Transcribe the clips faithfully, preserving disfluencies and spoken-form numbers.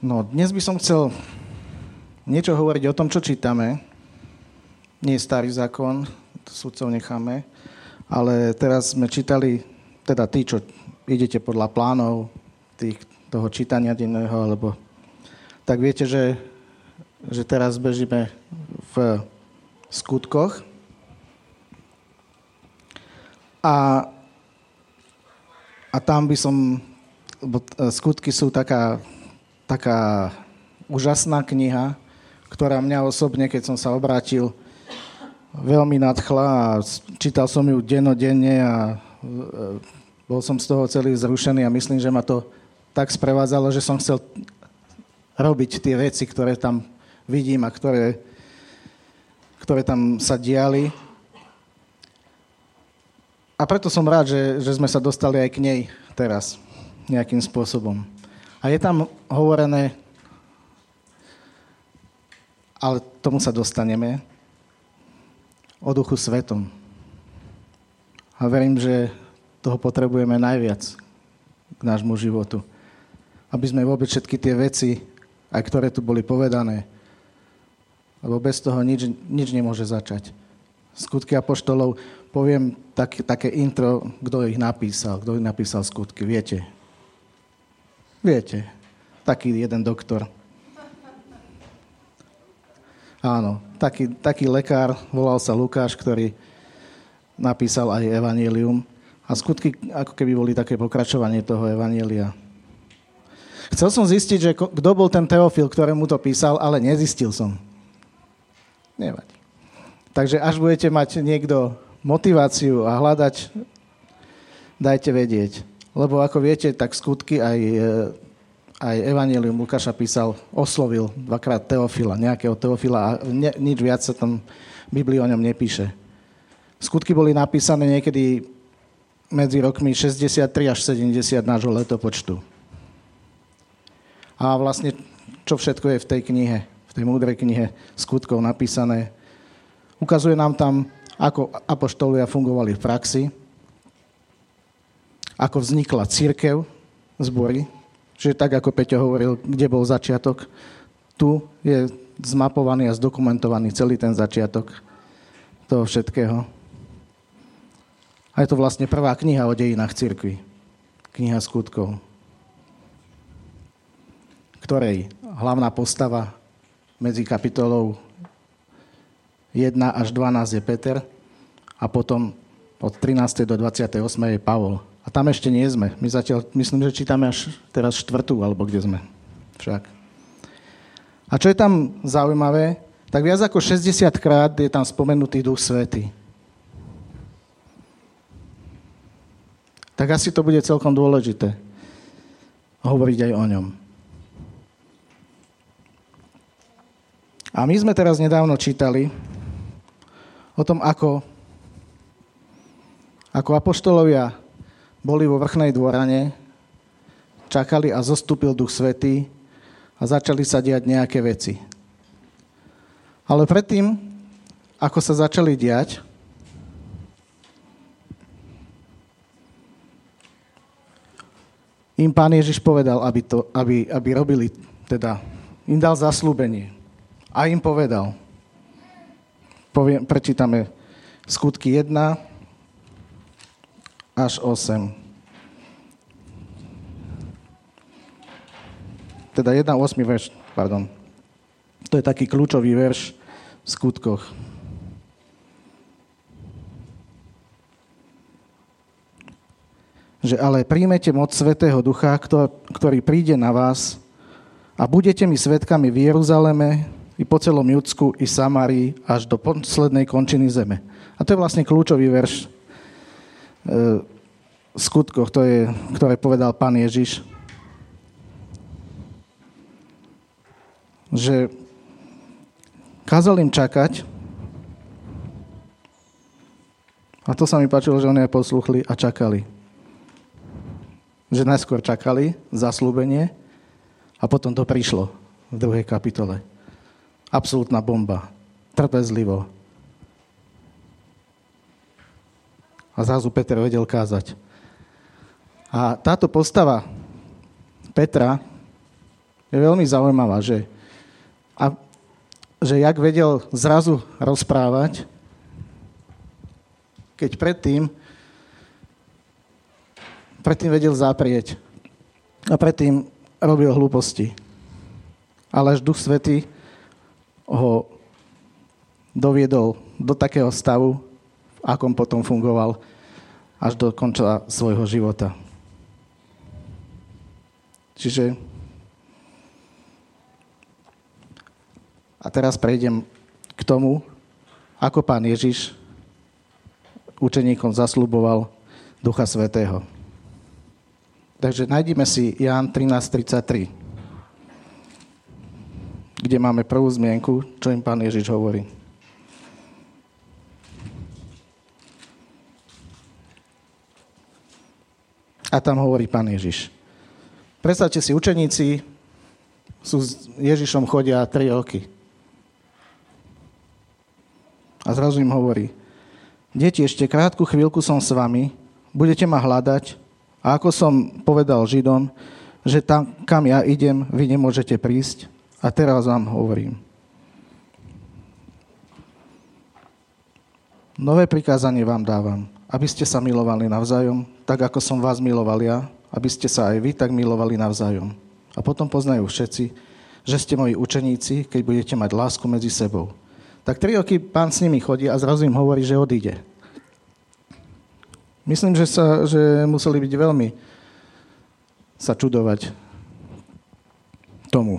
No, dnes by som chcel niečo hovoriť o tom, čo čítame. Nie je starý zákon, to sudcov necháme, ale teraz sme čítali, teda tí, čo idete podľa plánov tých, toho čítania denného, alebo tak viete, že, že teraz bežíme v skutkoch. A, a tam by som, lebo skutky sú taká, taká úžasná kniha, ktorá mňa osobne, keď som sa obrátil, veľmi nadchla a čítal som ju dennodenne a bol som z toho celý zrušený a myslím, že ma to tak sprevádzalo, že som chcel robiť tie veci, ktoré tam vidím a ktoré, ktoré tam sa diali. A preto som rád, že, že sme sa dostali aj k nej teraz nejakým spôsobom. A je tam hovorené, ale tomu sa dostaneme, o Duchu Svetom. A verím, že toho potrebujeme najviac k nášmu životu. Aby sme vôbec všetky tie veci, aj ktoré tu boli povedané, lebo bez toho nič, nič nemôže začať. Skutky apoštolov, poviem tak, také intro, kto ich napísal, kto ich napísal skutky, viete? Viete, taký jeden doktor. Áno, taký, taký lekár, volal sa Lukáš, ktorý napísal aj evanjelium. A skutky ako keby boli také pokračovanie toho evanjelia. Chcel som zistiť, že kto bol ten Teofil, ktorému to písal, ale nezistil som. Nevadí. Takže až budete mať niekto motiváciu a hľadať, dajte vedieť. Lebo ako viete, tak skutky aj... Aj evanjelium Lukáša písal, oslovil dvakrát Teofila, nejakého Teofila a ne, nič viac sa tam v Biblii o ňom nepíše. Skutky boli napísané niekedy medzi rokmi šesťdesiattri až sedemdesiat nášho letopočtu. A vlastne, čo všetko je v tej knihe, v tej múdrej knihe skutkov napísané, ukazuje nám tam, ako apoštolovia fungovali v praxi, ako vznikla cirkev, zbory. Čiže tak, ako Peťo hovoril, kde bol začiatok, tu je zmapovaný a zdokumentovaný celý ten začiatok toho všetkého. A je to vlastne prvá kniha o dejinách cirkvi. Kniha skutkov, ktorej hlavná postava medzi kapitolou jeden až dvanásť je Peter a potom od trinástej do dvadsiatej ôsmej je Pavol. A tam ešte nie sme. My zatiaľ, myslím, že čítame až teraz štvrtú, alebo kde sme však. A čo je tam zaujímavé, tak viac ako šesťdesiat krát je tam spomenutý Duch Svätý. Tak asi to bude celkom dôležité hovoriť aj o ňom. A my sme teraz nedávno čítali o tom, ako, ako apoštolovia boli vo vrchnej dvorane, čakali a zostúpil Duch Svätý a začali sa diať nejaké veci. Ale predtým, ako sa začali diať, im Pán Ježiš povedal, aby, to, aby, aby robili, teda im dal zasľúbenie. A im povedal, poviem, prečítame skutky jeden až osem. Teda jeden ôsmy verš, pardon. To je taký kľúčový verš v skutkoch. Že ale príjmete moc Svätého Ducha, ktorý príde na vás a budete mi svedkami v Jeruzaleme i po celom Judsku i Samárii až do poslednej končiny zeme. A to je vlastne kľúčový verš v skutkoch, to je, ktoré povedal Pán Ježiš, že kázal im čakať a to sa mi páčilo, že oni aj posluchli a čakali. Že najskôr čakali zasľúbenie a potom to prišlo v druhej kapitole. Absolútna bomba. Trpezlivo. A zrazu Peter vedel kázať. A táto postava Petra je veľmi zaujímavá, že, a, že jak vedel zrazu rozprávať, keď predtým, predtým vedel zaprieť a predtým robil hlúposti. Ale až Duch Svätý ho doviedol do takého stavu, v akom potom fungoval až do konca svojho života. Čiže a teraz prejdem k tomu, ako Pán Ježiš učeníkom zasľuboval Ducha Svätého. Takže nájdime si Ján trinásť tridsaťtri, kde máme prvú zmienku, čo im Pán Ježiš hovorí. A tam hovorí Pán Ježiš. Predstavte si, učeníci sú s Ježišom chodia tri roky. A zrazu im hovorí, deti, ešte krátku chvíľku som s vami, budete ma hľadať a ako som povedal Židom, že tam, kam ja idem, vy nemôžete prísť a teraz vám hovorím. Nové prikázanie vám dávam, aby ste sa milovali navzájom, tak ako som vás miloval ja, aby ste sa aj vy tak milovali navzájom. A potom poznajú všetci, že ste moji učeníci, keď budete mať lásku medzi sebou. Tak tri roky Pán s nimi chodí a zrazu im hovorí, že odíde. Myslím, že, sa, že museli byť veľmi sa čudovať tomu.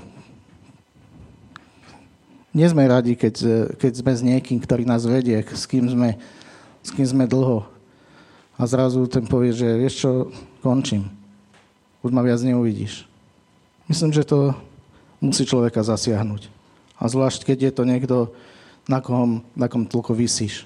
Nie sme radi, keď, keď sme s niekým, ktorý nás vedie, s kým sme, s kým sme dlho. A zrazu ten povie, že vieš čo, končím. Už ma viac neuvidíš. Myslím, že to musí človeka zasiahnuť. A zvlášť, keď je to niekto, na kom, na kom toľko visíš.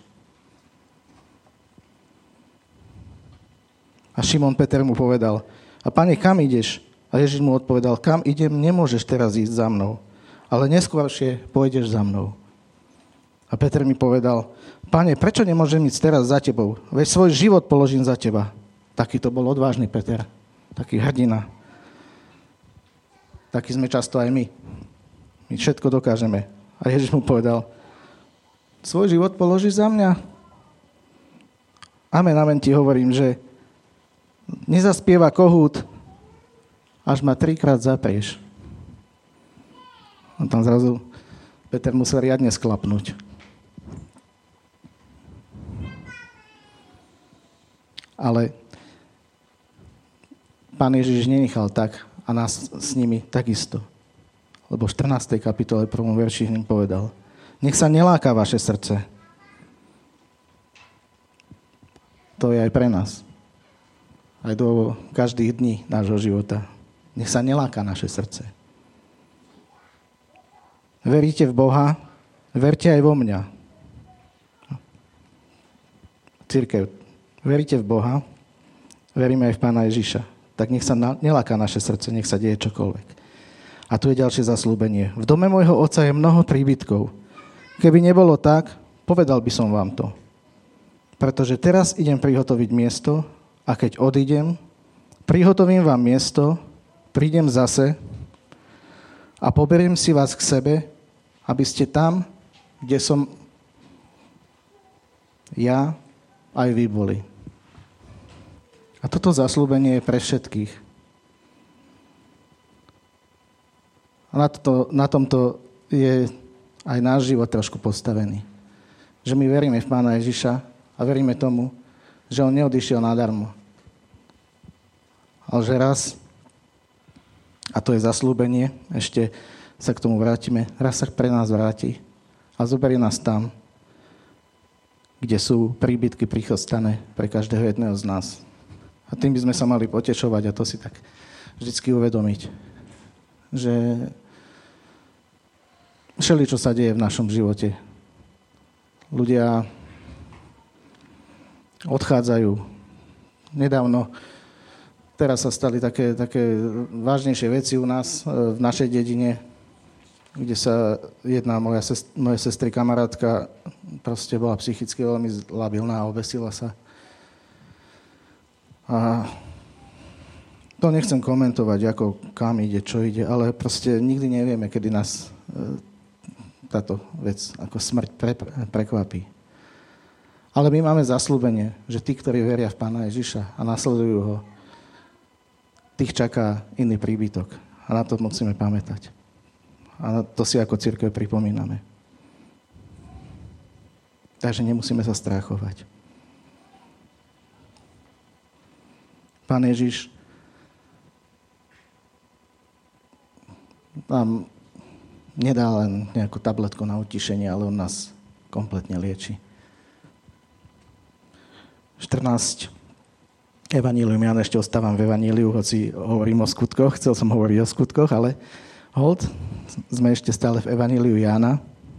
A Šimon Peter mu povedal, a Pane, kam ideš? A Ježiš mu odpovedal, kam idem, nemôžeš teraz ísť za mnou, ale neskôršie pôjdeš za mnou. A Peter mi povedal, Pane, prečo nemôžem ísť teraz za tebou? Veď svoj život položím za teba. Taký to bol odvážny Peter, taký hrdina. Taký sme často aj my. My všetko dokážeme. A Ježiš mu povedal, svoj život položíš za mňa? Amen, amen ti hovorím, že nezaspieva kohút, až ma trikrát zaprieš. A tam zrazu Peter musel riadne sklapnúť. Ale Pán Ježiš nenechal tak a nás s nimi takisto. Lebo v štrnástej kapitole prvom verši im povedal, nech sa neláka vaše srdce. To je aj pre nás. Aj do každých dní nášho života. Nech sa neláka naše srdce. Veríte v Boha, verte aj vo mňa. Cirkev, veríte v Boha, veríme aj v Pána Ježiša. Tak nech sa na, neláka naše srdce, nech sa deje čokoľvek. A tu je ďalšie zasľúbenie. V dome môjho otca je mnoho príbytkov. Keby nebolo tak, povedal by som vám to. Pretože teraz idem prihotoviť miesto a keď odídem, prihotovím vám miesto, prídem zase a poberiem si vás k sebe, aby ste tam, kde som ja, aj vy boli. A toto zasľúbenie je pre všetkých. A na, to, na tomto je aj náš život trošku postavený. Že my veríme v Pána Ježiša a veríme tomu, že on neodišiel nadarmo. Ale že raz, a to je zasľúbenie, ešte sa k tomu vrátime, raz sa pre nás vráti a zoberie nás tam, kde sú príbytky prichostané pre každého jedného z nás. A tým by sme sa mali potešovať a to si tak vždycky uvedomiť, že všeli, čo sa deje v našom živote. Ľudia odchádzajú. Nedávno, teraz sa stali také, také vážnejšie veci u nás, v našej dedine, kde sa jedna moja sest, moje sestry kamarátka proste bola psychicky veľmi labilná a obesila sa. A To nechcem komentovať, ako kam ide, čo ide, ale proste nikdy nevieme, kedy nás e, táto vec ako smrť pre, prekvapí. Ale my máme zasľúbenie, že tí, ktorí veria v Pána Ježiša a nasledujú ho, tých čaká iný príbytok. A na to musíme pamätať. A to si ako cirkev pripomíname. Takže nemusíme sa strachovať. Pán Ježiš nám nedá len nejakú tabletku na utišenie, ale on nás kompletne lieči. štrnásť Evanílium, ja ešte ostávam v Evaníliu, hoci hovorím o skutkoch, chcel som hovoriť o skutkoch, ale hold, sme ešte stále v Evaníliu Jána.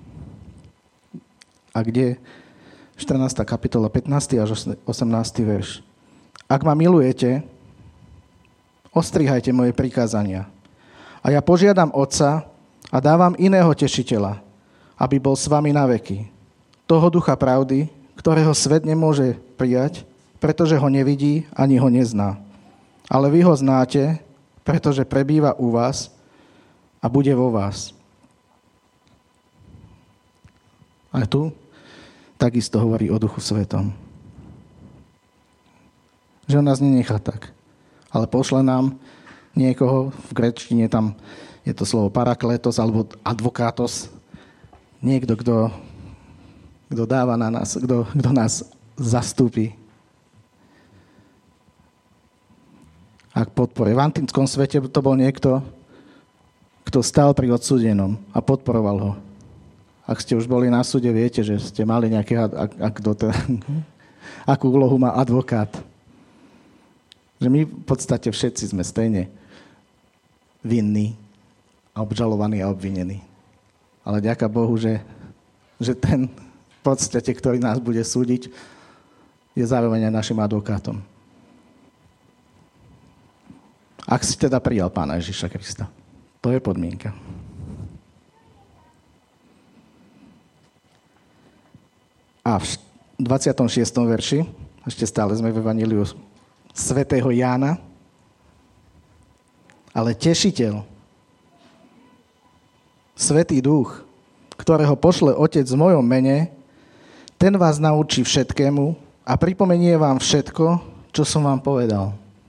A kde štrnásta kapitola, pätnásty až osemnásty verš. Ak ma milujete, ostrihajte moje prikázania. A ja požiadam Otca a dávam iného tešiteľa, aby bol s vami na veky. Toho ducha pravdy, ktorého svet nemôže prijať, pretože ho nevidí ani ho nezná. Ale vy ho znáte, pretože prebýva u vás a bude vo vás. A tu takisto hovorí o Duchu Svetom. Že on nás nenechá tak, ale pošle nám niekoho, v gréčtine tam je to slovo parakletos alebo advokátos, niekto, kto, kto dáva na nás, kto, kto nás zastúpi. Ak podporuje. V antickom svete to bol niekto, kto stál pri odsúdenom a podporoval ho. Ak ste už boli na súde, viete, že ste mali nejaké, ak, ak to, akú úlohu má advokát. Že my v podstate všetci sme stejne vinní, obžalovaní a obvinení. Ale ďaká Bohu, že, že ten v podstate, ktorý nás bude súdiť, je zároveň aj našim advokátom. Ak si teda prijal Pána Ježiša Krista. To je podmienka. A v dvadsiatom šiestom verši, ešte stále sme v Evaníliu svätého Jána, ale tešiteľ, Svätý Duch, ktorého pošle Otec v mojom mene, ten vás naučí všetkému a pripomenie vám všetko, čo som vám povedal.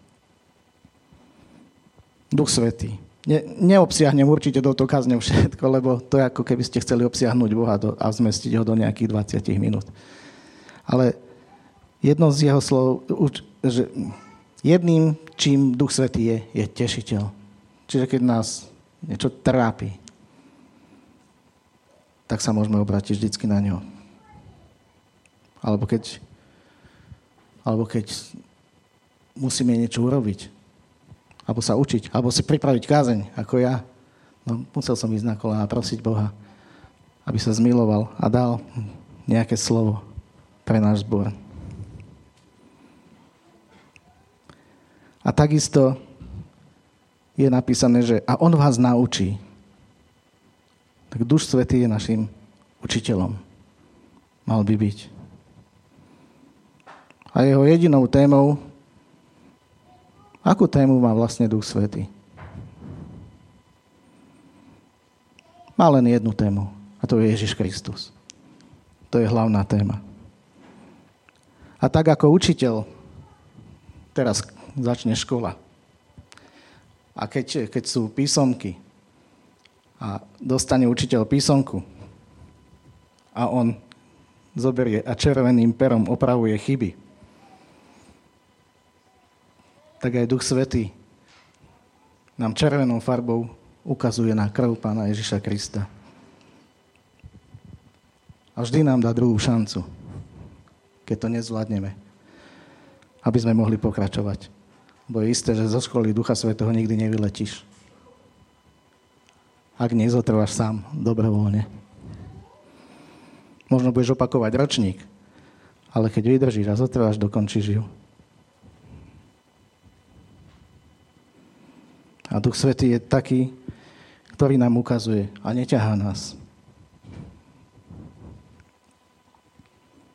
Duch Svätý. Ne, neobsiahnem určite do toho kázne všetko, lebo to je ako keby ste chceli obsiahnuť Boha do, a zmestiť ho do nejakých dvadsať minút. Ale jedno z jeho slov, že jedným, čím Duch Svätý je, je tešiteľ. Čiže keď nás niečo trápi, tak sa môžeme obrátiť vždycky na ňo. Alebo keď, alebo keď musíme niečo urobiť, alebo sa učiť, alebo si pripraviť kázeň, ako ja. No, musel som ísť na kolená a prosiť Boha, aby sa zmiloval a dal nejaké slovo pre náš zbor. A takisto je napísané, že a on vás naučí. Tak Duch Svätý je našim učiteľom. Mal by byť. A jeho jedinou témou, akú tému má vlastne Duch Svätý? Má len jednu tému, a to je Ježiš Kristus. To je hlavná téma. A tak ako učiteľ, teraz začne škola. A keď, keď sú písomky a dostane učiteľ písomku a on zoberie a červeným perom opravuje chyby, tak aj Duch Svätý nám červenou farbou ukazuje na krv Pána Ježiša Krista. A vždy nám dá druhú šancu, keď to nezvládneme, aby sme mohli pokračovať. Bo je isté, že zo školy Ducha Svätého nikdy nevyletíš. Ak nezotrváš sám dobrovoľne. Možno budeš opakovať ročník, ale keď vydržíš a zotrváš, dokončíš ju. A Duch Svätý je taký, ktorý nám ukazuje a neťahá nás.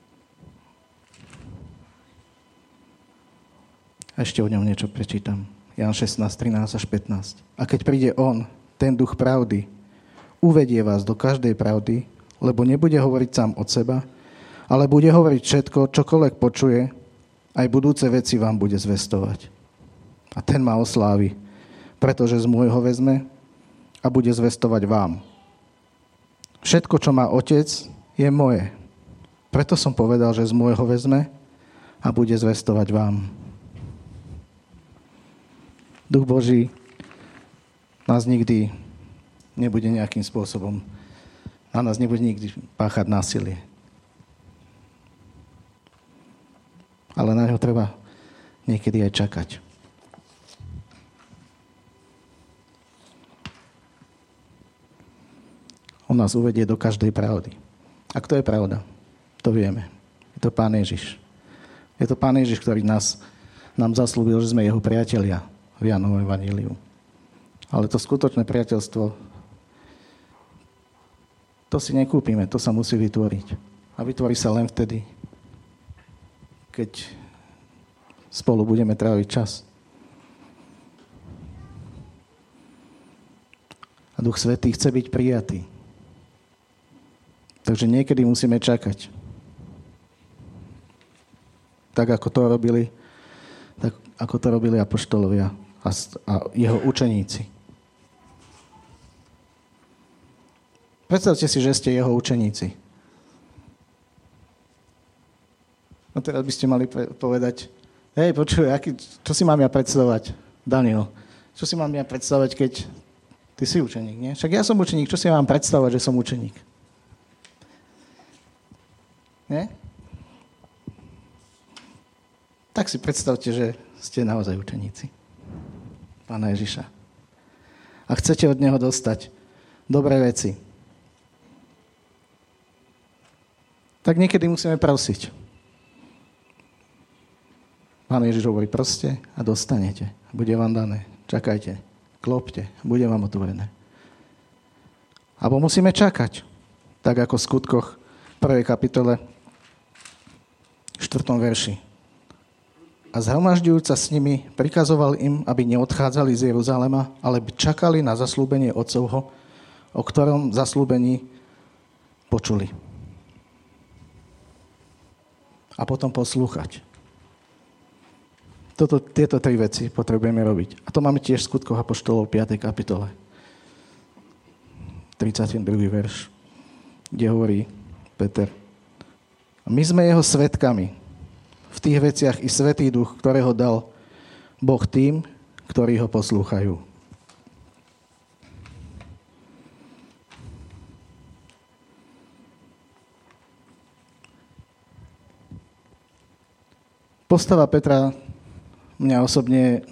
Ešte o ňom niečo prečítam. Ján šestnásť, trinásť až pätnásť. A keď príde on, ten duch pravdy, uvedie vás do každej pravdy, lebo nebude hovoriť sám od seba, ale bude hovoriť všetko, čokoľvek počuje, aj budúce veci vám bude zvestovať. A ten ma oslávi, pretože z môjho vezme a bude zvestovať vám. Všetko, čo má otec, je moje. Preto som povedal, že z môjho vezme a bude zvestovať vám. Duch Boží nás nikdy nebude nejakým spôsobom, na nás nebude nikdy páchať násilie. Ale na ňo treba niekedy aj čakať. On nás uvedie do každej pravdy. A kto je pravda? To vieme. Je to Pán Ježiš. Je to Pán Ježiš, ktorý nás, nám zaslúbil, že sme jeho priatelia v Jánovom evaníliu. Ale to skutočné priateľstvo, to si nekúpime, to sa musí vytvoriť. A vytvorí sa len vtedy, keď spolu budeme tráviť čas. A Duch Svätý chce byť prijatý. Takže niekedy musíme čakať. Tak, ako to robili, tak, ako to robili apoštolovia a, a jeho učeníci. Predstavte si, že ste jeho učeníci. No teraz by ste mali povedať, hej, počuj, aký, čo si mám ja predstavovať, Daniel? Čo si mám ja predstavovať, keď ty si učeník, nie? Však ja som učeník, čo si mám predstavovať, že som učeník? Nie? Tak si predstavte, že ste naozaj učeníci Pána Ježiša. A chcete od neho dostať dobré veci. Tak niekedy musíme prosiť. Pán Ježiš hovorí, proste a dostanete. Bude vám dané. Čakajte, klopte, bude vám otvorené. Abo musíme čakať. Tak ako v skutkoch prvej kapitole štvrtom verši. A zhromažďujúca s nimi prikazoval im, aby neodchádzali z Jeruzalema, ale by čakali na zasľúbenie Otcovho, o ktorom zasľúbení počuli. A potom poslúchať. Toto, tieto tri veci potrebujeme robiť. A to máme tiež v skutkoch apoštolov piatej kapitole. tridsiaty druhý verš, kde hovorí Peter. My sme jeho svedkami v tých veciach i Svätý Duch, ktorého dal Boh tým, ktorí ho poslúchajú. Postava Petra mňa osobne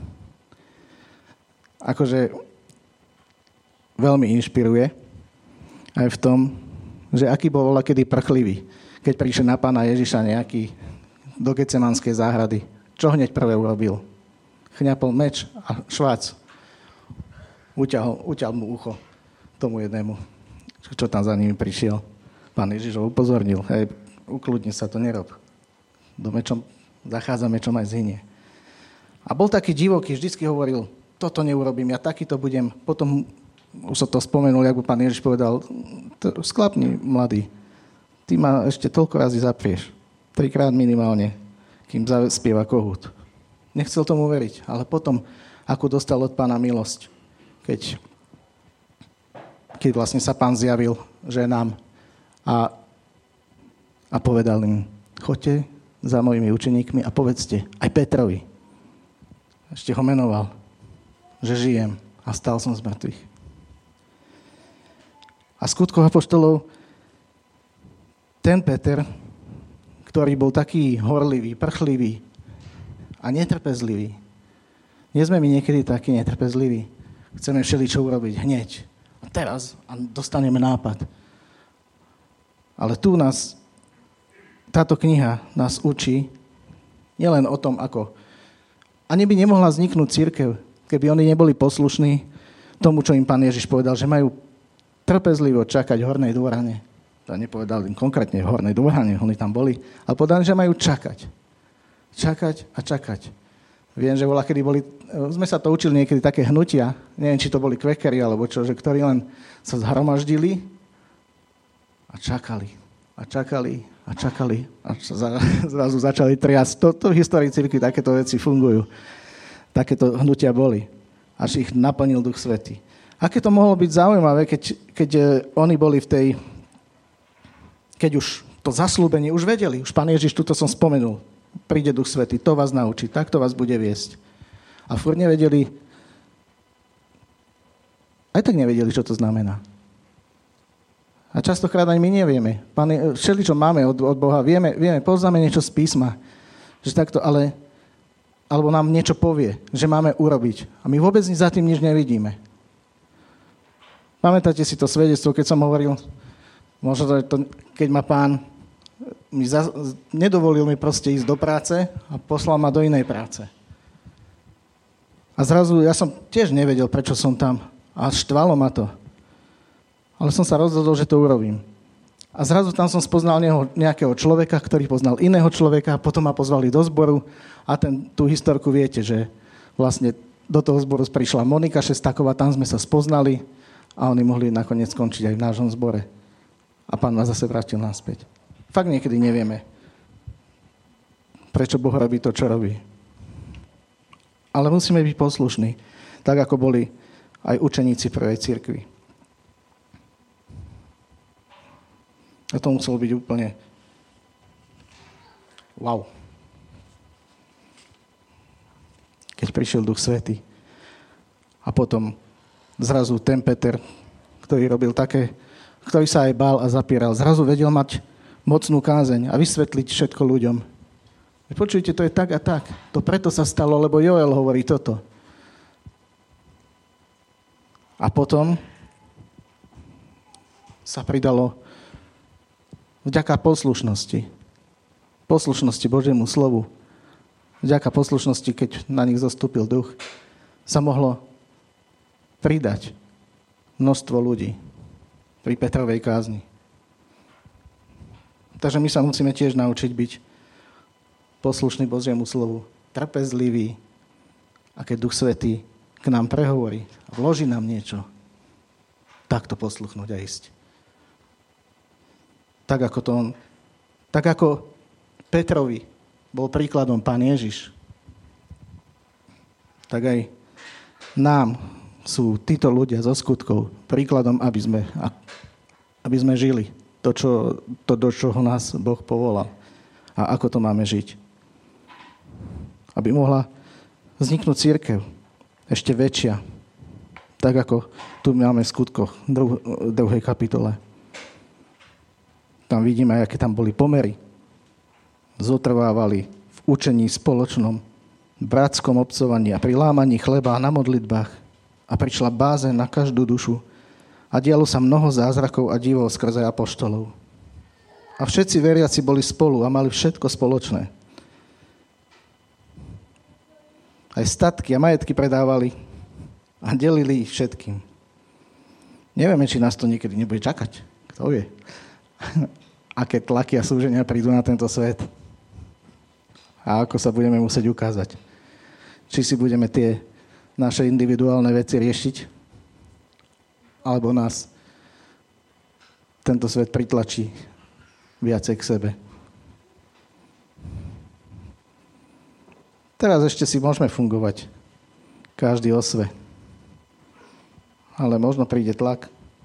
akože veľmi inšpiruje aj v tom, že aký bol kedy prchlivý, keď prišiel na Pána Ježiša nejaký do Getsemanskej záhrady. Čo hneď prvé urobil? Chňapol meč a švác. Uťahol, uťahol mu ucho tomu jednému, čo tam za nimi prišiel. Pán Ježiš ho upozornil. Hej, ukľudni sa, to nerob. Do mečom, zachádza mečom aj zhynie. A bol taký divoký, vždycky hovoril, toto neurobím, ja takýto budem. Potom, už sa to spomenul, jak by pán Ježiš povedal, sklapni, mladý, ty ma ešte toľko razy zaprieš. Trikrát minimálne, kým zaspieva kohút. Nechcel tomu veriť, ale potom, ako dostal od Pána milosť, keď, keď vlastne sa Pán zjavil ženám a, a povedal im, choďte za mojimi učeníkmi a povedzte, aj Petrovi, ešte ho menoval, že žijem a stal som z mŕtvych. A skutkoch apoštolov ten Peter, ktorý bol taký horlivý, prchlivý a netrpezlivý. Nie sme my niekedy takí netrpezliví. Chceme všeličo urobiť hneď. A teraz a dostaneme nápad. Ale tu nás, táto kniha nás učí nielen o tom, ako... Ani by nemohla vzniknúť cirkev, keby oni neboli poslušní tomu, čo im Pán Ježiš povedal, že majú trpezlivo čakať v hornej dvorane. To nepovedal im konkrétne v hornej dvorane, oni tam boli, ale povedali, že majú čakať. Čakať a čakať. Viem, že bola, kedy boli, sme sa to učili niekedy také hnutia, neviem, či to boli kvekery alebo čo, že ktorí len sa zhromaždili a čakali, a čakali, a čakali a zrazu začali triasť. To, to v histórii cirkvi takéto veci fungujú. Takéto hnutia boli, až ich naplnil Duch Svätý. Aké to mohlo byť zaujímavé, keď, keď oni boli v tej, keď už to zasľúbenie už vedeli, už Pán Ježiš, tuto som spomenul, príde Duch Svätý, to vás naučí, takto vás bude viesť. A furt nevedeli, aj tak nevedeli, čo to znamená. A častokrát aj my nevieme. Pane, všeli, čo máme od, od Boha, vieme, vieme, poznáme niečo z písma, že takto, ale, alebo nám niečo povie, že máme urobiť. A my vôbec za tým nič nevidíme. Pamätáte si to svedectvo, keď som hovoril, možno to, keď ma Pán mi za, nedovolil mi proste ísť do práce a poslal ma do inej práce. A zrazu, ja som tiež nevedel, prečo som tam. A štvalo ma to. Ale som sa rozhodol, že to urobím. A zrazu tam som spoznal nejakého človeka, ktorý poznal iného človeka, a potom ma pozvali do zboru a ten, tú historku viete, že vlastne do toho zboru prišla Monika Šestaková, tam sme sa spoznali a oni mohli nakoniec skončiť aj v našom zbore. A Pán ma zase vrátil naspäť. Fakt niekedy nevieme, prečo Boh robí to, čo robí. Ale musíme byť poslušní, tak ako boli aj učeníci prvej cirkvi. A to muselo byť úplne wow. Keď prišiel Duch Svätý a potom zrazu ten Peter, ktorý robil také, ktorý sa aj bál a zapieral, zrazu vedel mať mocnú kázeň a vysvetliť všetko ľuďom. Počujte, to je tak a tak. To preto sa stalo, lebo Joel hovorí toto. A potom sa pridalo vďaka poslušnosti. Poslušnosti Božiemu slovu. Vďaka poslušnosti, keď na nich zostúpil duch, sa mohlo pridať množstvo ľudí pri Petrovej kázni. Takže my sa musíme tiež naučiť byť poslušný Božiemu slovu, trpezlivý, a keď Duch Svätý k nám prehovorí a vloží nám niečo, tak to posluchnúť a ísť. Tak ako to on, tak ako Petrovi bol príkladom Pán Ježiš, tak aj nám sú títo ľudia zo skutkov príkladom, aby sme, aby sme žili to, čo, to, do čoho nás Boh povolal. A ako to máme žiť. Aby mohla vzniknúť cirkev ešte väčšia. Tak ako tu máme v skutkoch v druhej kapitole. Tam vidíme, aké tam boli pomery. Zotrvávali v učení spoločnom, bratskom obcovaní a pri lámaní chleba a na modlitbách. A prišla bázeň na každú dušu. A dialo sa mnoho zázrakov a divov skrze apoštolov. A všetci veriaci boli spolu a mali všetko spoločné. Aj statky a majetky predávali a delili ich všetkým. Nevieme, či nás to niekedy nebude čakať. Kto vie? Aké tlaky a súženia prídu na tento svet. A ako sa budeme musieť ukázať. Či si budeme tie naše individuálne veci riešiť, alebo nás tento svet pritlačí viacej k sebe. Teraz ešte si môžeme fungovať každý o sve. Ale možno príde tlak.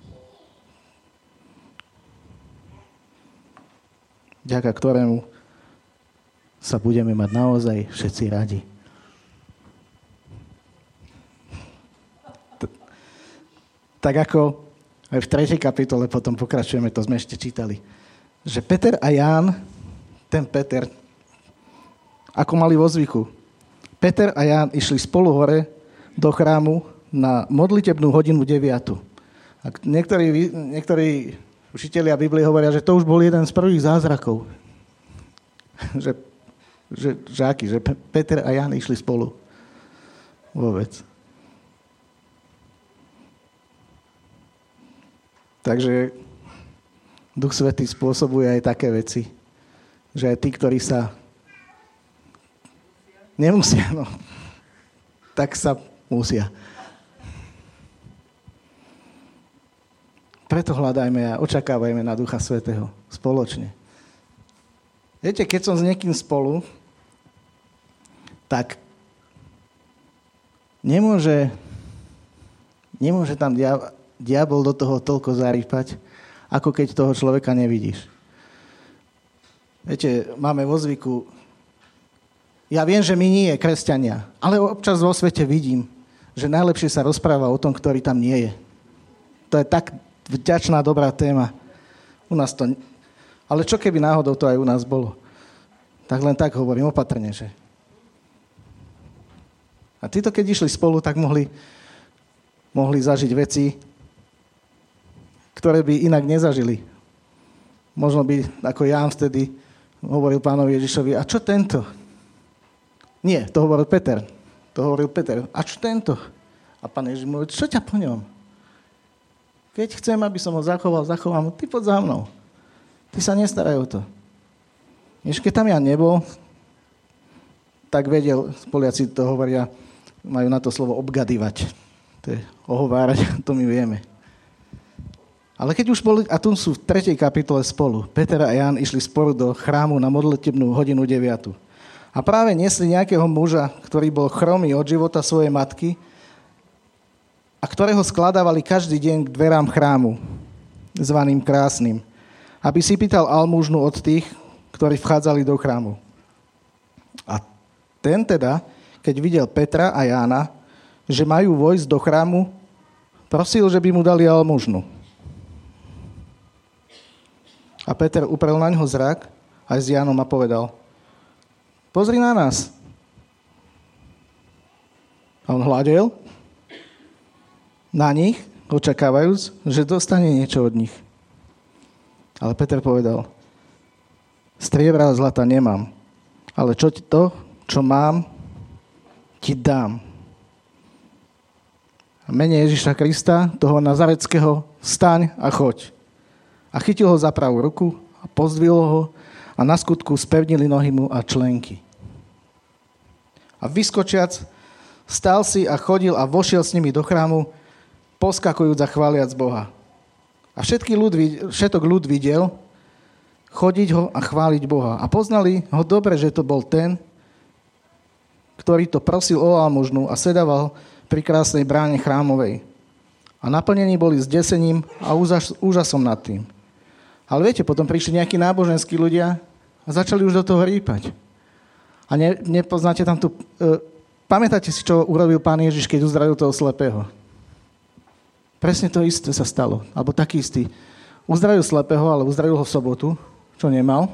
Vďaka ktorému sa budeme mať naozaj všetci radi. Tak ako aj v tretej kapitole potom pokračujeme, to sme ešte čítali, že Peter a Ján, ten Peter, ako mali vo zvyku, Peter a Ján išli spolu hore do chrámu na modlitebnú hodinu deviatu. A niektorí, niektorí učitelia Biblie hovoria, že to už bol jeden z prvých zázrakov. že, že, že aký? Že Peter a Ján išli spolu vôbec. Takže Duch Svätý spôsobuje aj také veci, že aj tí, ktorí sa Nemusia, no. Tak sa musia. Preto hľadajme a očakávajme na Ducha Svätého spoločne. Viete, keď som s niekým spolu, tak nemôže, nemôže tam dia, diabol do toho toľko zarýpať, ako keď toho človeka nevidíš. Viete, máme vo zvyku, ja viem, že my nie je kresťania, ale občas vo svete vidím, že najlepšie sa rozpráva o tom, ktorý tam nie je. To je tak vďačná, dobrá téma. U nás to... Ale čo keby náhodou to aj u nás bolo? Tak len tak hovorím, opatrne, že... A títo, keď išli spolu, tak mohli, mohli zažiť veci, ktoré by inak nezažili. Možno by, ako Ján vtedy hovoril pánovi Ježišovi, a čo tento? Nie, to hovoril Peter. To hovoril Peter. A čo tento? A pán Ježiš mu hovorí, čo ťa po ňom? Keď chcem, aby som ho zachoval, zachovám ho, ty poď za mnou. Ty sa nestaraj o to. Jež keď tam ja nebol, tak vedel, Poliaci to hovoria, majú na to slovo obgadívať. To je ohovárať, to my vieme. Ale keď už boli, a tu sú v tretej kapitole spolu, Peter a Ján išli spolu do chrámu na modlitebnú hodinu deviatu. A práve nesli nejakého muža, ktorý bol chromý od života svojej matky a ktorého skladávali každý deň k dverám chrámu, zvaným Krásnym, aby si pýtal almužnu od tých, ktorí vchádzali do chrámu. A ten teda, keď videl Petra a Jána, že majú vojsť do chrámu, prosil, že by mu dali almužnu. A Peter uprel na ňo zrak aj s Jánom a povedal, pozri na nás. A on hľadel na nich, očakávajúc, že dostane niečo od nich. Ale Peter povedal, striebra a zlata nemám, ale čo ti to, čo mám, ti dám. A mene Ježiša Krista, toho Nazareckého, vstaň a choď. A chytil ho za pravú ruku a pozdvihol ho a na skutku spevnili nohy mu a členky. A vyskočiac, stál si a chodil a vošiel s nimi do chrámu, poskakujúc a chváliac Boha. A všetky ľud, všetok ľud videl chodiť ho a chváliť Boha. A poznali ho dobre, že to bol ten, ktorý to prosil o almužnu a sedával pri krásnej bráne chrámovej. A naplnení boli zdesením a úžas, úžasom nad tým. Ale viete, potom prišli nejakí náboženskí ľudia a začali už do toho rýpať. A ne, nepoznáte tam tu... E, pamätáte si, čo urobil pán Ježiš, keď uzdravil toho slepého? Presne to isté sa stalo. Alebo taký istý. Uzdravil slepého, ale uzdravil ho v sobotu, čo nemal.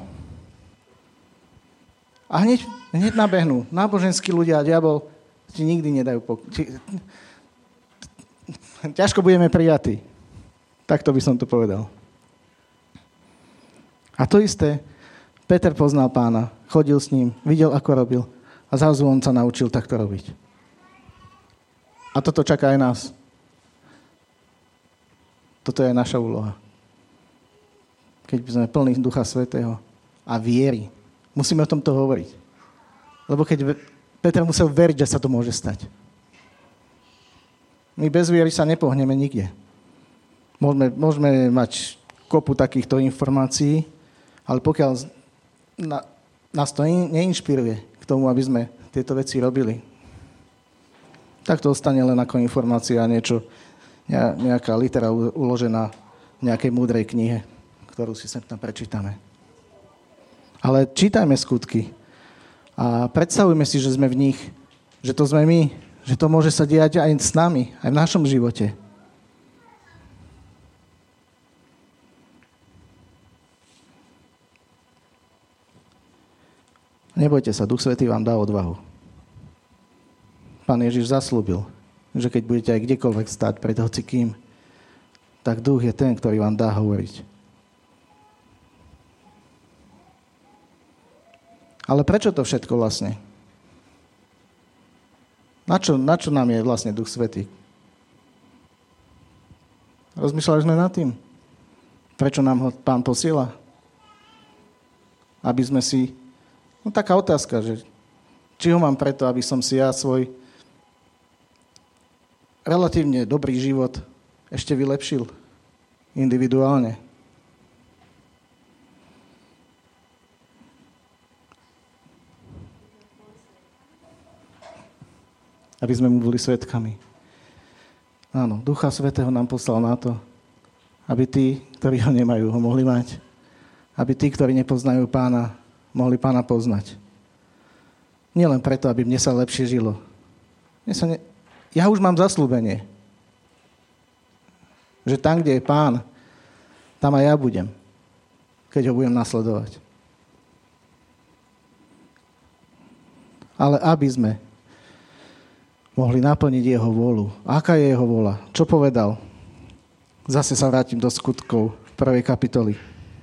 A hneď, hneď nabehnú. Náboženskí ľudia a diabol ti nikdy nedajú pokoj. Ťažko budeme prijatí. Takto by som to povedal. A to isté, Peter poznal pána, chodil s ním, videl, ako robil a zrazu on sa naučil takto robiť. A toto čaká aj nás. Toto je naša úloha. Keď sme plní Ducha Svätého a viery, musíme o tomto hovoriť. Lebo keď Peter musel veriť, že sa to môže stať. My bez viery sa nepohneme nikde. Môžeme, môžeme mať kopu takýchto informácií, ale pokiaľ na, nás to neinšpiruje k tomu, aby sme tieto veci robili, tak to ostane len ako informácia a niečo, nejaká litera uložená v nejakej múdrej knihe, ktorú si sem tam prečítame. Ale čítajme skutky a predstavujme si, že sme v nich, že to sme my, že to môže sa diať aj s nami, aj v našom živote. Nebojte sa, Duch Svätý vám dá odvahu. Pán Ježiš zaslúbil, že keď budete aj kdekoľvek stáť pred hocikým, tak Duch je ten, ktorý vám dá hovoriť. Ale prečo to všetko vlastne? Na čo, na čo nám je vlastne Duch Svätý? Rozmýšľali sme nad tým? Prečo nám ho Pán posiela? Aby sme si... No taká otázka, že Či ho mám preto, aby som si ja svoj relatívne dobrý život ešte vylepšil individuálne. Aby sme mu boli svedkami. Áno, Ducha Svätého nám poslal na to, aby tí, ktorí ho nemajú, ho mohli mať. Aby tí, ktorí nepoznajú Pána, mohli Pána poznať. Nielen preto, aby mne sa lepšie žilo. Mne sa ne... Ja už mám zasľúbenie, že tam, kde je Pán, tam aj ja budem, keď ho budem nasledovať. Ale aby sme mohli naplniť jeho vôľu. Aká je jeho vôľa? Čo povedal? Zase sa vrátim do skutkov prvej kapitoly.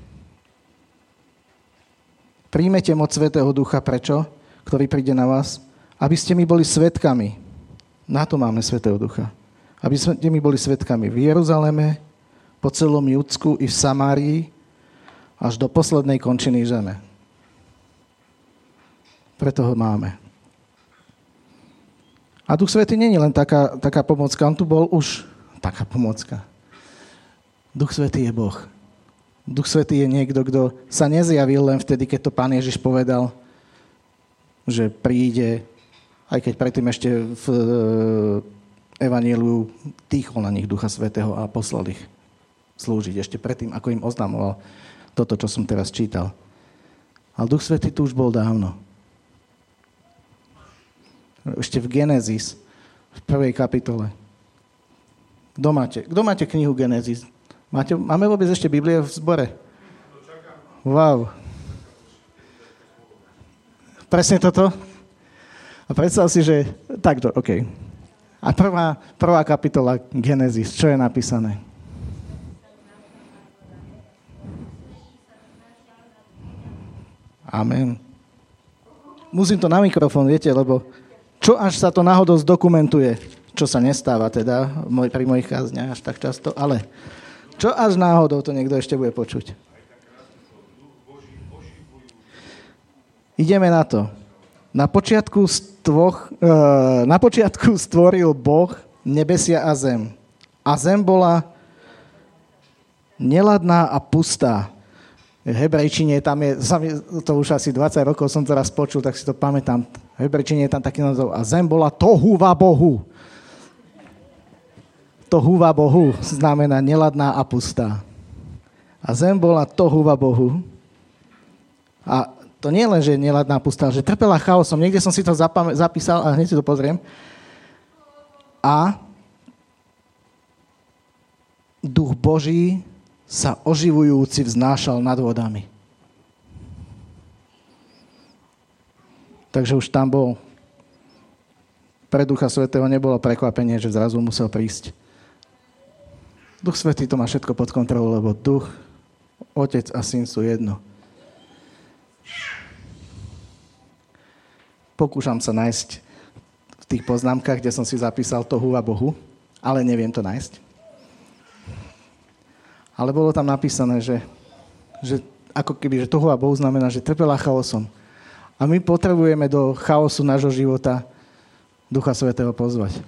Príjmete moc Svätého Ducha, prečo? Ktorý príde na vás, aby ste mi boli svedkami. Na to máme Svätého Ducha. Aby ste mi boli svedkami v Jeruzaleme, po celom Judsku i v Samárii, až do poslednej končiny zeme. Preto ho máme. A Duch Svätý nie je len taká, taká pomocka, on tu bol už taká pomocka. Duch Svätý je Boh. Duch Svätý je niekto, kto sa nezjavil len vtedy, keď to Pán Ježiš povedal, že príde, aj keď predtým ešte v Evanjeliu dýchol na nich Ducha Svätého a poslal ich slúžiť. Ešte predtým, ako im oznamoval toto, čo som teraz čítal. Ale Duch Svätý tu už bol dávno. Ešte v Genesis, v prvej kapitole. Kto máte? Kto máte knihu Genesis? Máte, máme vôbec ešte Biblie v zbore? Wow. Presne toto? A predstav si, že... Takto, OK. A prvá, prvá kapitola Genesis, čo je napísané? Amen. Musím to na mikrofón, viete, lebo čo až sa to náhodou zdokumentuje, čo sa nestáva teda pri mojich kázniach až tak často, ale čo až náhodou to niekto ešte bude počuť. Ideme na to. Na počiatku, stvoch, na počiatku stvoril Boh nebesia a zem. A zem bola neladná a pustá. V hebrejčine tam je, to už asi dvadsať rokov som to raz počul, tak si to pamätám. V hebrejčine je tam taký názov. A zem bola tohu va bohu. Tohu va bohu znamená neladná a pustá. A zem bola tohu va bohu. A to nie len, že je neladná a pustá, že trpela chaosom. Niekde som si to zapam- zapísal a hneď si to pozriem. A Duch Boží sa oživujúci vznášal nad vodami. Takže už tam bol. Pre Ducha Svätého nebolo prekvapenie, že zrazu musel prísť. Duch Svätý to má všetko pod kontrolou, lebo Duch, Otec a Syn sú jedno. Pokúšam sa nájsť v tých poznámkach, kde som si zapísal tohu a bohu, ale neviem to nájsť. Ale bolo tam napísané, že, že ako keby, že toho a Bohu znamená, že trpela chaosom. A my potrebujeme do chaosu nášho života Ducha Svätého pozvať.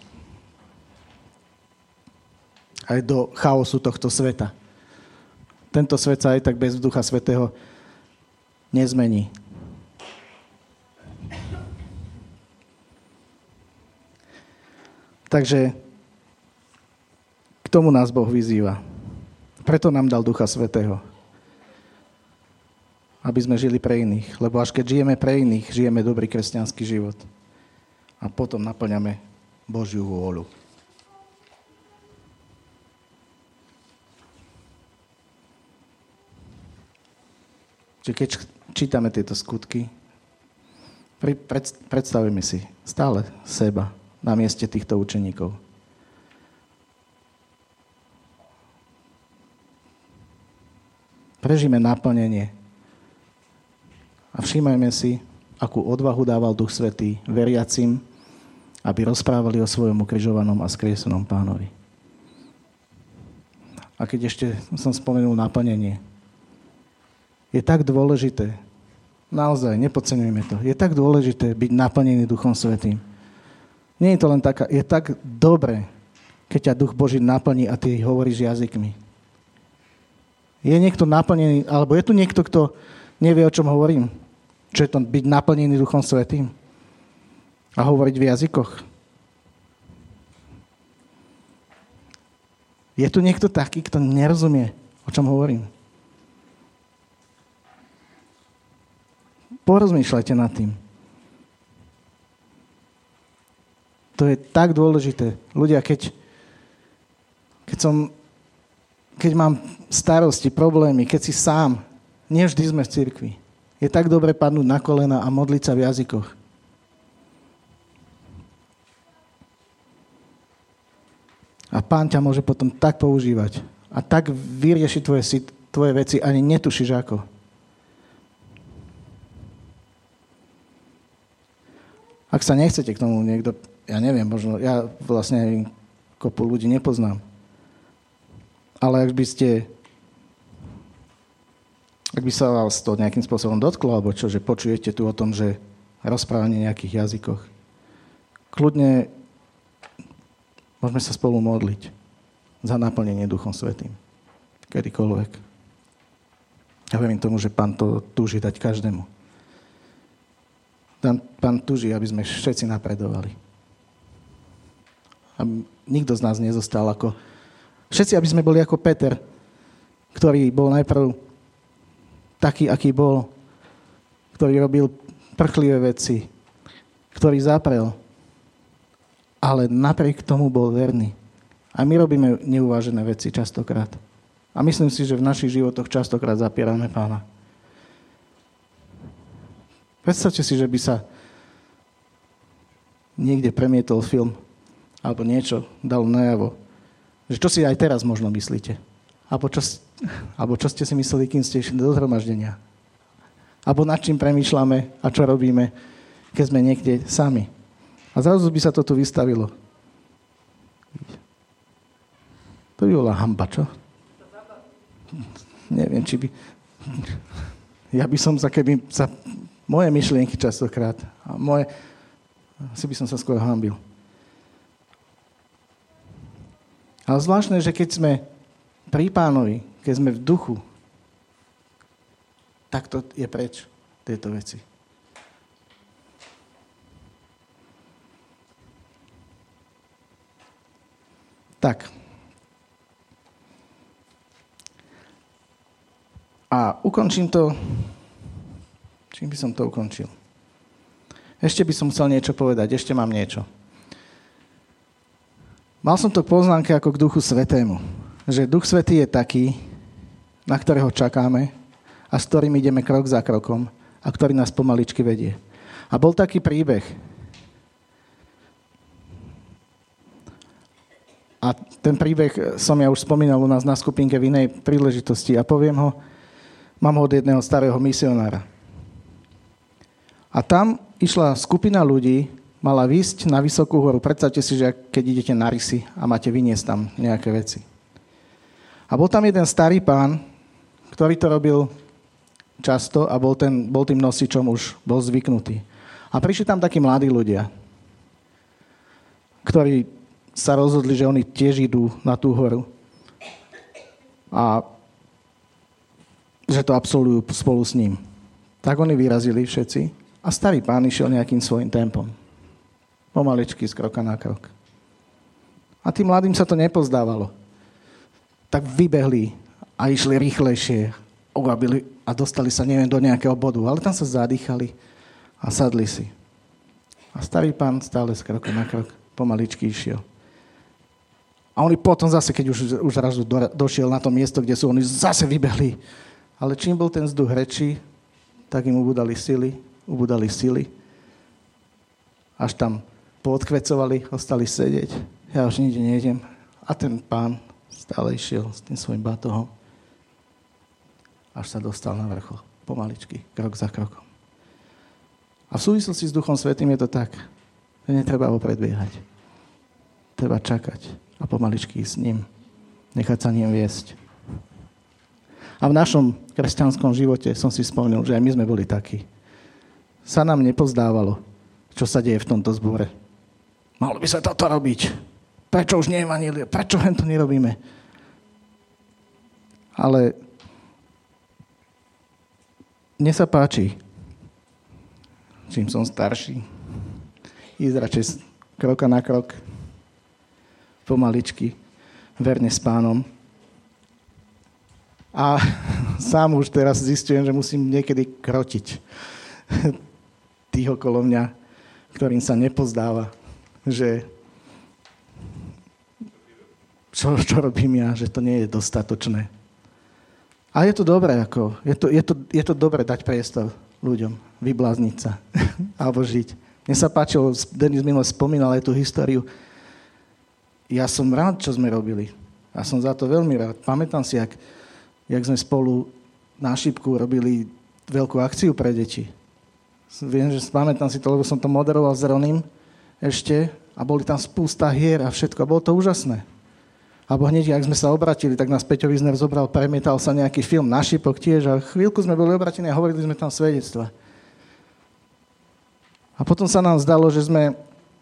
Aj do chaosu tohto sveta. Tento svet sa aj tak bez Ducha Svätého nezmení. Takže k tomu nás Boh vyzýva. Preto nám dal Ducha Svätého. Aby sme žili pre iných. Lebo až keď žijeme pre iných, žijeme dobrý kresťanský život. A potom naplňame Božiu vôľu. Čiže keď čítame tieto skutky, predstavíme si stále seba na mieste týchto učeníkov. Prežíme naplnenie. A všímajme si, akú odvahu dával Duch Svätý veriacim, aby rozprávali o svojom ukrižovanom a skriesenom Pánovi. A keď ešte som spomenul naplnenie, je tak dôležité, Naozaj, nepodceňujme to. Je tak dôležité byť naplnený Duchom Svätým. Nie je to len taká, je tak dobré, keď ťa Duch Boží naplní a ty hovoríš jazykmi. Je niekto naplnený, alebo je tu niekto, kto nevie, o čom hovorím? Čo je to byť naplnený Duchom Svätým? A hovoriť v jazykoch? Je tu niekto taký, kto nerozumie, o čom hovorím? Porozmýšľajte nad tým. To je tak dôležité. Ľudia, keď, keď som, keď mám starosti, problémy, keď si sám, nie vždy sme v cirkvi. Je tak dobre padnúť na kolena a modliť sa v jazykoch. A Pán ťa môže potom tak používať a tak vyriešiť tvoje, tvoje veci, ani netušíš ako. Ak sa nechcete k tomu niekto, ja neviem, možno, ja vlastne kopu ľudí nepoznám. Ale ak by ste, ak by sa vás to nejakým spôsobom dotklo, alebo čo, že počujete tu o tom, že rozprávanie v nejakých jazykoch, kľudne môžeme sa spolu modliť za naplnenie Duchom Svätým. Kedykoľvek. Ja verím tomu, že Pán to túži dať každému. Pán túži, aby sme všetci napredovali. A nikto z nás nezostal ako... Všetci, aby sme boli ako Peter, ktorý bol najprv taký, aký bol, ktorý robil prchlivé veci, ktorý zaprel, ale napriek tomu bol verný. A my robíme neuvážené veci častokrát. A myslím si, že v našich životoch častokrát zapierame Pána. Predstavte si, že by sa niekde premietol film alebo niečo dal najavo. Že čo si aj teraz možno myslíte? Alebo čo, alebo čo ste si mysleli, kým ste išli do zhromaždenia? Alebo nad čím premýšľame a čo robíme, keď sme niekde sami? A zrazu by sa to tu vystavilo. To by bola hanba, čo? Neviem, či by... Ja by som sa, keby sa... Moje myšlienky častokrát. A moje... Asi by som sa skôr hanbil. Ale zvláštne, že keď sme pri Pánovi, keď sme v duchu, tak to je preč, tieto veci. Tak. A ukončím to... Čím by som to ukončil? Ešte by som chcel niečo povedať. Ešte mám niečo. Mal som to k poznámke ako k Duchu Svätému. Že Duch Svätý je taký, na ktorého čakáme a s ktorým ideme krok za krokom a ktorý nás pomaličky vedie. A bol taký príbeh. A ten príbeh som ja už spomínal u nás na skupinke v inej príležitosti a poviem ho, mám ho od jedného starého misionára. A tam išla skupina ľudí, mala výsť na vysokú horu. Predstavte si, že keď idete na rysy a máte vyniesť tam nejaké veci. A bol tam jeden starý pán, ktorý to robil často a bol, ten, bol tým nosičom už, bol zvyknutý. A prišli tam takí mladí ľudia, ktorí sa rozhodli, že oni tiež idú na tú horu a že to absolvujú spolu s ním. Tak oni vyrazili všetci. A starý pán išiel nejakým svojím tempom. Pomaličky, z kroka na krok. A tým mladým sa to nepozdávalo. Tak vybehli a išli rýchlejšie a dostali sa, neviem, do nejakého bodu. Ale tam sa zadýchali a sadli si. A starý pán stále z kroka na krok pomaličky išiel. A oni potom zase, keď už, už raz do, došiel na to miesto, kde sú, oni zase vybehli. Ale čím bol ten vzduch rečí, tak im ubudali sily, ubudali sily, až tam poodkvecovali, ostali sedieť. Ja už nikde nejdem. A ten pán stále išiel s tým svojím batohom, až sa dostal na vrchol. Pomaličky, krok za krokom. A v súvislosti s Duchom Svätým je to tak, že netreba ho predbiehať. Treba čakať a pomaličky ísť s ním. Nechať sa ním viesť. A v našom kresťanskom živote som si spomnul, že aj my sme boli takí. sa nám nepozdávalo, čo sa deje v tomto zbore. Malo by sa toto robiť. Prečo už nie je evanjelia? Prečo len to nerobíme? Ale mne sa páči, čím som starší, ísť radšej z kroka na krok, pomaličky, verne s Pánom. A sám už teraz zistujem, že musím niekedy krotiť tých okolo mňa, ktorým sa nepozdáva, že čo, čo robím ja, že to nie je dostatočné. A je to dobré, ako, je to, je to, je to dobré dať priestor ľuďom, vyblázniť sa alebo žiť. Mne sa páčilo, Denis minule spomínal aj tú históriu. Ja som rád, čo sme robili. Ja som za to veľmi rád. Pamätám si, jak, jak sme spolu na Šípku robili veľkú akciu pre deti. Viem, že pamätám si to, lebo som to moderoval s Ronym ešte a boli tam spústa hier a všetko. A bolo to úžasné. Alebo hneď, ak sme sa obratili, tak nás Peťo Vizner zobral, premietal sa nejaký film na Šípok tiež a chvíľku sme boli obratení a hovorili sme tam svedectva. A potom sa nám zdalo, že sme...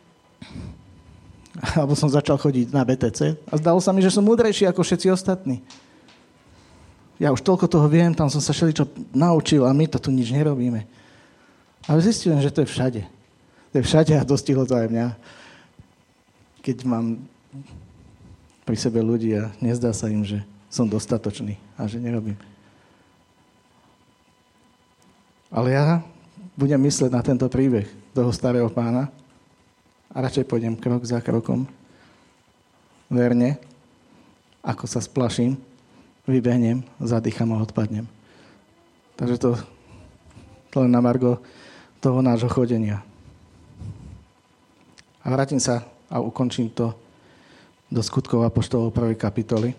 Alebo som začal chodiť na bé té cé a zdalo sa mi, že som múdrejší ako všetci ostatní. Ja už toľko toho viem, tam som sa všeličo naučil a my to tu nič nerobíme. Ale zistím, že to je všade. To je všade a dostihlo to aj mňa. Keď mám pri sebe ľudí a nezdá sa im, že som dostatočný a že nerobím. Ale ja budem mysleť na tento príbeh toho starého pána a radšej pôjdem krok za krokom verne, ako sa splaším, vybehnem, zadýcham a odpadnem. Takže to, to len na margo toho nášho chodenia. A vrátim sa a ukončím to do Skutkov apoštolov prvej kapitoly.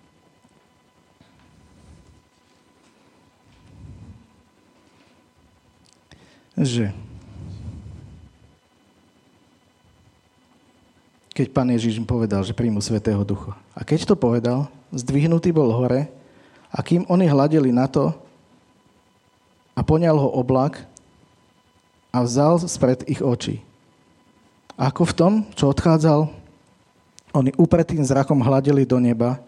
Že keď Pán Ježiš im povedal, že príjmu Svätého Ducha. A keď to povedal, zdvihnutý bol hore a kým oni hľadeli na to a poňal ho oblak a vzal spred ich očí. A ako v tom, čo odchádzal, oni upretým zrakom hľadeli do neba.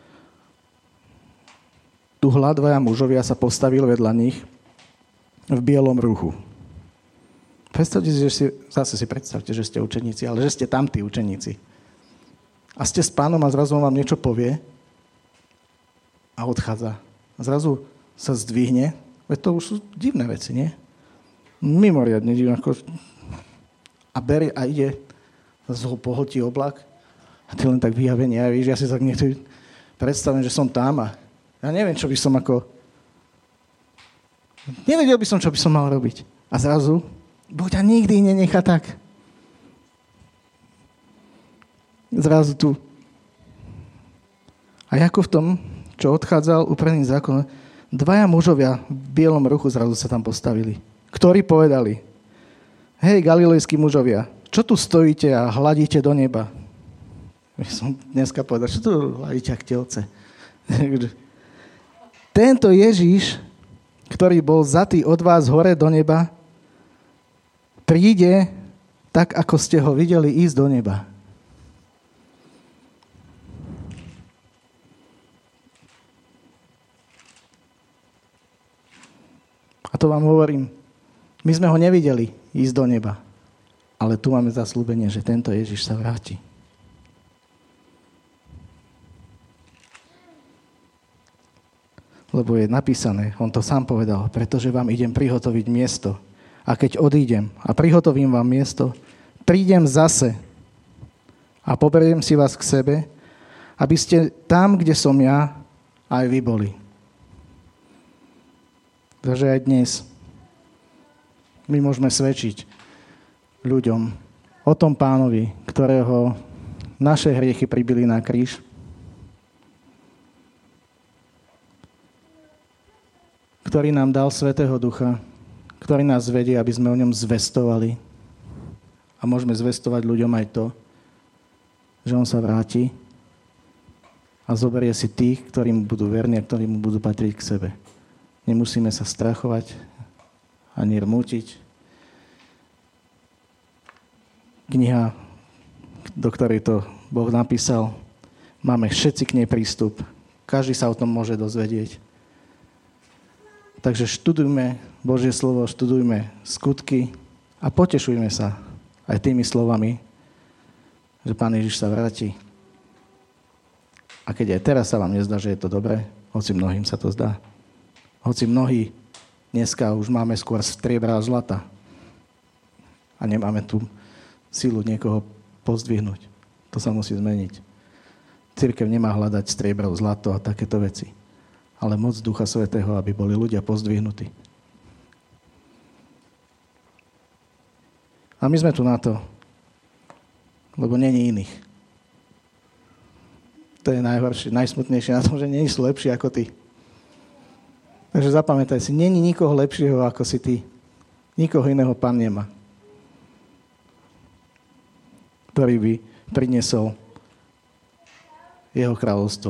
Tu hľa dvaja mužovia sa postavili vedľa nich v bielom ruchu. Predstavte si, že si, zase si predstavte, že ste učeníci, ale že ste tam tí učeníci. A ste s Pánom a zrazu vám niečo povie a odchádza. A zrazu sa zdvihne, veď to už sú divné veci, nie? Mimoriadne divné. A berie a ide, zase ho pohltí oblak a ty len tak vyjavenie. Ja, víš, ja si tak niekto predstavím, že som tam a ja neviem, čo by som ako... Nevedel by som, čo by som mal robiť. A zrazu Boh ťa nikdy nenechá tak. Zrazu tu. A ako v tom, čo odchádzal upredný zákon, dvaja mužovia v bielom ruchu zrazu sa tam postavili, ktorí povedali: hej, galilejskí mužovia, čo tu stojíte a hladíte do neba? Ja som dneska povedal, čo tu hladíte ak telce? Tento Ježiš, ktorý bol zatý od vás hore do neba, príde tak, ako ste ho videli ísť do neba. A to vám hovorím, my sme ho nevideli ísť do neba, ale tu máme zasľúbenie, že tento Ježiš sa vráti. Lebo je napísané, on to sám povedal, pretože vám idem prihotoviť miesto. A keď odídem a prihotovím vám miesto, prídem zase a poberiem si vás k sebe, aby ste tam, kde som ja, aj vy boli. Takže aj dnes my môžeme svedčiť ľuďom o tom Pánovi, ktorého naše hriechy pribili na kríž, ktorý nám dal Svätého Ducha, ktorý nás vedie, aby sme o ňom zvestovali. A môžeme zvestovať ľuďom aj to, že on sa vráti a zoberie si tých, ktorí mu budú verní a ktorí mu budú patriť k sebe. Nemusíme sa strachovať ani rmútiť, kniha, do ktorej to Boh napísal. Máme všetci k nej prístup. Každý sa o tom môže dozvedieť. Takže študujme Božie slovo, študujme skutky a potešujme sa aj tými slovami, že Pán Ježiš sa vráti. A keď aj teraz sa vám nezdá, že je to dobré, hoci mnohým sa to zdá. Hoci mnohí dneska už máme skôr striebra a zlata a nemáme tu silu niekoho pozdvihnúť. To sa musí zmeniť. Cirkev nemá hľadať striebro, zlato a takéto veci, ale moc Ducha Svätého, aby boli ľudia pozdvihnutí. A my sme tu na to, lebo není iných. To je najhoršie, najsmutnejšie na tom, že nie sú lepší ako ty. Takže zapamätaj si, není nikoho lepšieho ako si ty. Nikoho iného Pán nemá, ktorý by priniesol jeho kráľovstvo.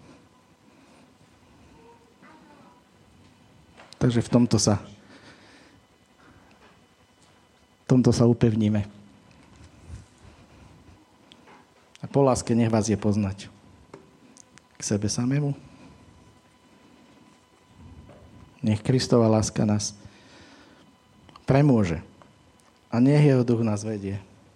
Takže v tomto sa v tomto sa upevníme. A po láske nech vás je poznať k sebe samému. Nech Kristova láska nás premôže a nech jeho duch nás vedie.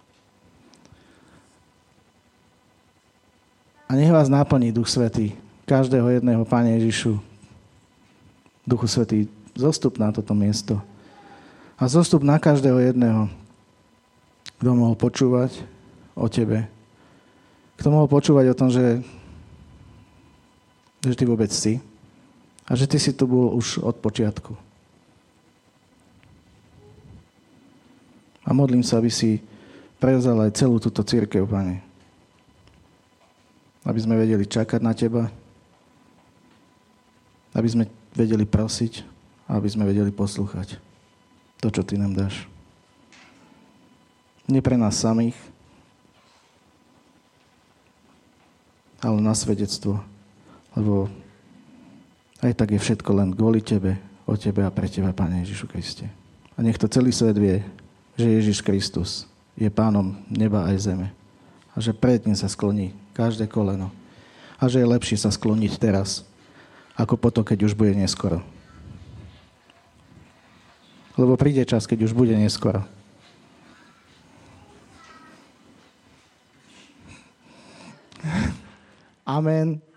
A nech vás naplní Duch Svätý, každého jedného, Pane Ježišu. Duchu Svätý, zostup na toto miesto. A zostup na každého jedného, kto mohol počúvať o Tebe. Kto mohol počúvať o tom, že, že Ty vôbec si. A že Ty si tu bol už od počiatku. A modlím sa, aby si prevzal aj celú túto cirkev, Pane. Aby sme vedeli čakať na Teba, aby sme vedeli prosiť a aby sme vedeli poslúchať to, čo Ty nám dáš. Nie pre nás samých, ale na svedectvo, lebo aj tak je všetko len kvôli Tebe, o Tebe a pre Teba, Pane Ježišu Kriste. A nech to celý svet vie, že Ježiš Kristus je Pánom neba aj zeme a že pred ním sa skloní každé koleno. A že je lepšie sa skloniť teraz, ako potom, keď už bude neskoro. Lebo príde čas, keď už bude neskoro. Amen.